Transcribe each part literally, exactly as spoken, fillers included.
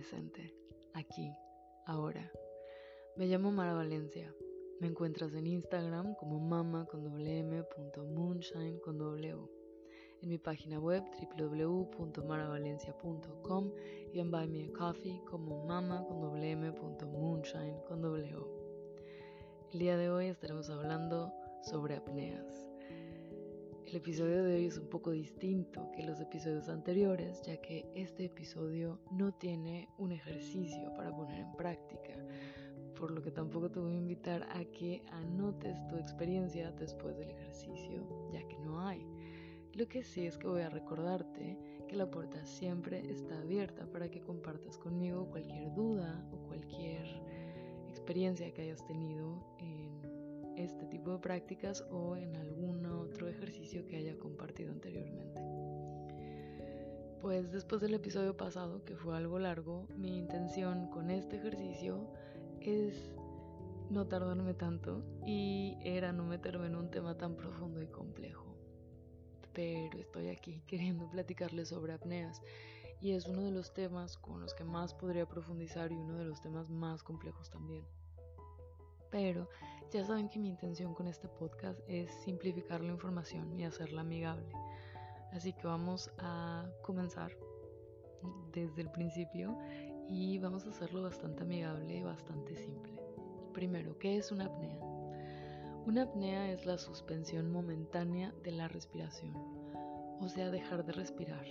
presente, aquí, ahora. Me llamo Mara Valencia. Me encuentras en Instagram como mama con doble m punto moonshine con doble u, en mi página web doble u doble u doble u punto mara valencia punto com y en Buy Me a Coffee como mama con doble m punto moonshine con doble u. El día de hoy estaremos hablando sobre apneas. El episodio de hoy es un poco distinto que los episodios anteriores, ya que este episodio no tiene un ejercicio para poner en práctica, por lo que tampoco te voy a invitar a que anotes tu experiencia después del ejercicio, ya que no hay. Lo que sí es que voy a recordarte que la puerta siempre está abierta para que compartas conmigo cualquier duda o cualquier experiencia que hayas tenido en este tipo de prácticas o en algún otro ejercicio que haya compartido anteriormente. Pues después del episodio pasado, que fue algo largo, mi intención con este ejercicio es no tardarme tanto y era no meterme en un tema tan profundo y complejo. Pero estoy aquí queriendo platicarles sobre apneas y es uno de los temas con los que más podría profundizar y uno de los temas más complejos también. Pero ya saben que mi intención con este podcast es simplificar la información y hacerla amigable. Así que vamos a comenzar desde el principio y vamos a hacerlo bastante amigable y bastante simple. Primero, ¿qué es una apnea? Una apnea es la suspensión momentánea de la respiración, o sea, dejar de respirar.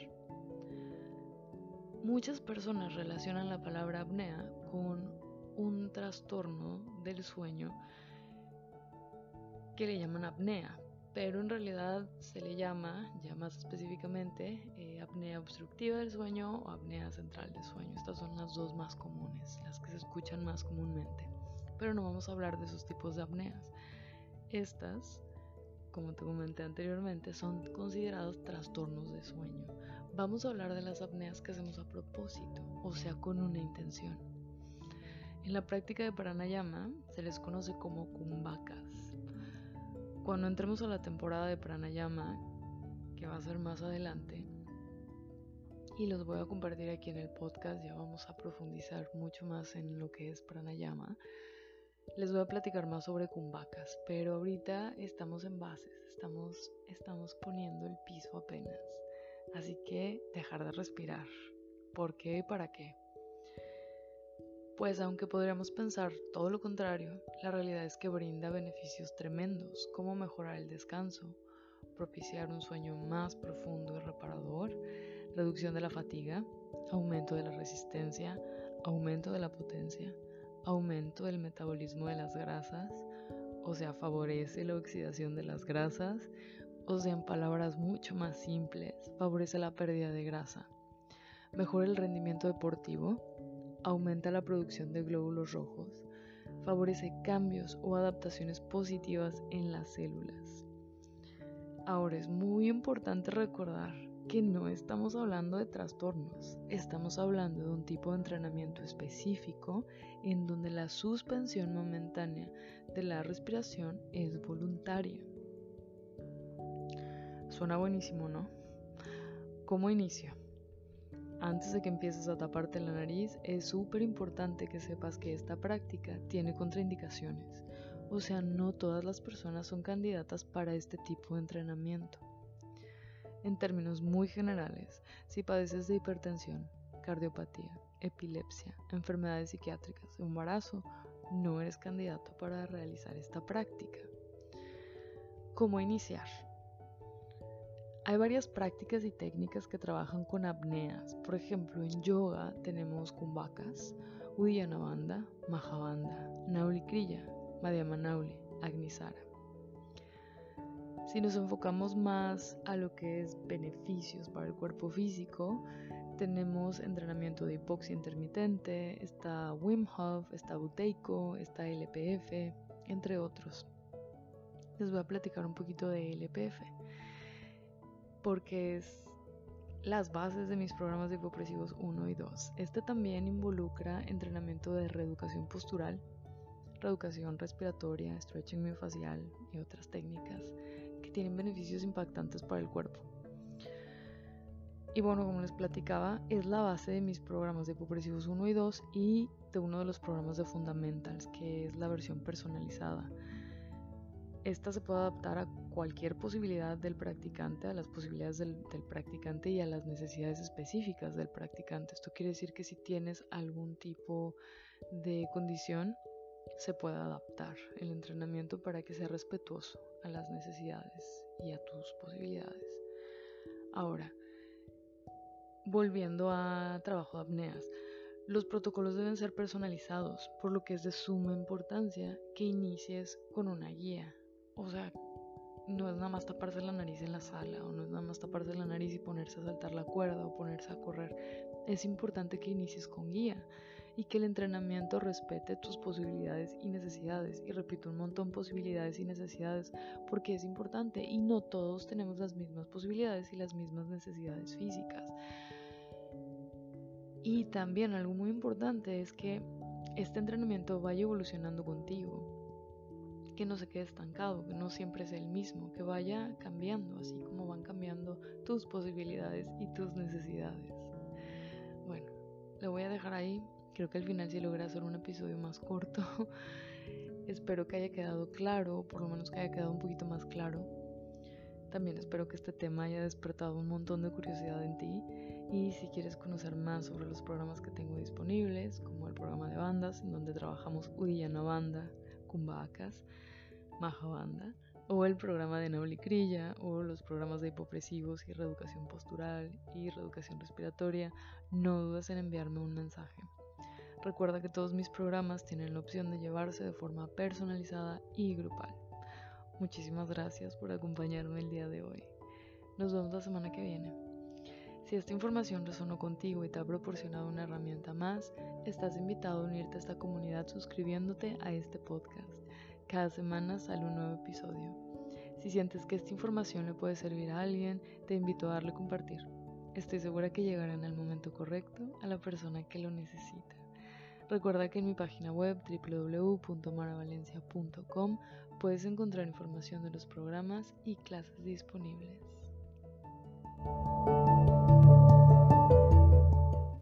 Muchas personas relacionan la palabra apnea con un trastorno del sueño que le llaman apnea, pero en realidad se le llama, ya más específicamente, eh, apnea obstructiva del sueño o apnea central del sueño. Estas son las dos más comunes, las que se escuchan más comúnmente, pero no vamos a hablar de esos tipos de apneas. Estas, como te comenté anteriormente, son considerados trastornos de sueño. Vamos a hablar de las apneas que hacemos a propósito, o sea, con una intención. En la práctica de pranayama se les conoce como kumbhakas. Cuando entremos a la temporada de pranayama, que va a ser más adelante, y los voy a compartir aquí en el podcast, ya vamos a profundizar mucho más en lo que es pranayama, les voy a platicar más sobre kumbhakas, pero ahorita estamos en bases, estamos, estamos poniendo el piso apenas. Así que dejar de respirar. ¿Por qué y para qué? Pues aunque podríamos pensar todo lo contrario, la realidad es que brinda beneficios tremendos, como mejorar el descanso, propiciar un sueño más profundo y reparador, reducción de la fatiga, aumento de la resistencia, aumento de la potencia, aumento del metabolismo de las grasas, o sea, favorece la oxidación de las grasas, o sea, en palabras mucho más simples, favorece la pérdida de grasa, mejora el rendimiento deportivo, aumenta la producción de glóbulos rojos, favorece cambios o adaptaciones positivas en las células. Ahora es muy importante recordar que no estamos hablando de trastornos, estamos hablando de un tipo de entrenamiento específico en donde la suspensión momentánea de la respiración es voluntaria. Suena buenísimo, ¿no? Como inicio, antes de que empieces a taparte la nariz, es súper importante que sepas que esta práctica tiene contraindicaciones, o sea, no todas las personas son candidatas para este tipo de entrenamiento. En términos muy generales, si padeces de hipertensión, cardiopatía, epilepsia, enfermedades psiquiátricas o embarazo, no eres candidato para realizar esta práctica. ¿Cómo iniciar? Hay varias prácticas y técnicas que trabajan con apneas. Por ejemplo, en yoga tenemos kumbhakas, Uddiyana Bandha, Maha Bandha, Nauli Kriya, Madhyama Nauli, Agnisara. Si nos enfocamos más a lo que es beneficios para el cuerpo físico, tenemos entrenamiento de hipoxia intermitente, está Wim Hof, está Buteyko, está L P F, entre otros. Les voy a platicar un poquito de L P F, porque es las bases de mis programas de hipopresivos uno y dos. Este también involucra entrenamiento de reeducación postural, reeducación respiratoria, stretching miofascial y otras técnicas que tienen beneficios impactantes para el cuerpo. Y bueno, como les platicaba, es la base de mis programas de hipopresivos uno y dos y de uno de los programas de Fundamentals, que es la versión personalizada. Esta se puede adaptar a cualquier posibilidad del practicante, a las posibilidades del, del practicante y a las necesidades específicas del practicante. Esto quiere decir que si tienes algún tipo de condición, se puede adaptar el entrenamiento para que sea respetuoso a las necesidades y a tus posibilidades. Ahora, volviendo a trabajo de apneas, los protocolos deben ser personalizados, por lo que es de suma importancia que inicies con una guía. O sea, no es nada más taparse la nariz en la sala, o no es nada más taparse la nariz y ponerse a saltar la cuerda o ponerse a correr. Es importante que inicies con guía y que el entrenamiento respete tus posibilidades y necesidades. Y repito un montón, posibilidades y necesidades, porque es importante y no todos tenemos las mismas posibilidades y las mismas necesidades físicas. Y también algo muy importante es que este entrenamiento vaya evolucionando contigo, que no se quede estancado, que no siempre sea el mismo, que vaya cambiando, así como van cambiando tus posibilidades y tus necesidades. Bueno, lo voy a dejar ahí. Creo que al final sí logré hacer un episodio más corto. Espero que haya quedado claro, o por lo menos que haya quedado un poquito más claro. También espero que este tema haya despertado un montón de curiosidad en ti. Y si quieres conocer más sobre los programas que tengo disponibles, como el programa de bandas, en donde trabajamos Udillana Banda, Cumbacas, Maja Banda, o el programa de Naulicrilla, o los programas de hipopresivos y reeducación postural y reeducación respiratoria, no dudes en enviarme un mensaje. Recuerda que todos mis programas tienen la opción de llevarse de forma personalizada y grupal. Muchísimas gracias por acompañarme el día de hoy. Nos vemos la semana que viene. Si esta información resonó contigo y te ha proporcionado una herramienta más, estás invitado a unirte a esta comunidad suscribiéndote a este podcast. Cada semana sale un nuevo episodio. Si sientes que esta información le puede servir a alguien, te invito a darle compartir. Estoy segura que llegará en el momento correcto a la persona que lo necesita. Recuerda que en mi página web doble u doble u doble u punto maravalencia punto com puedes encontrar información de los programas y clases disponibles.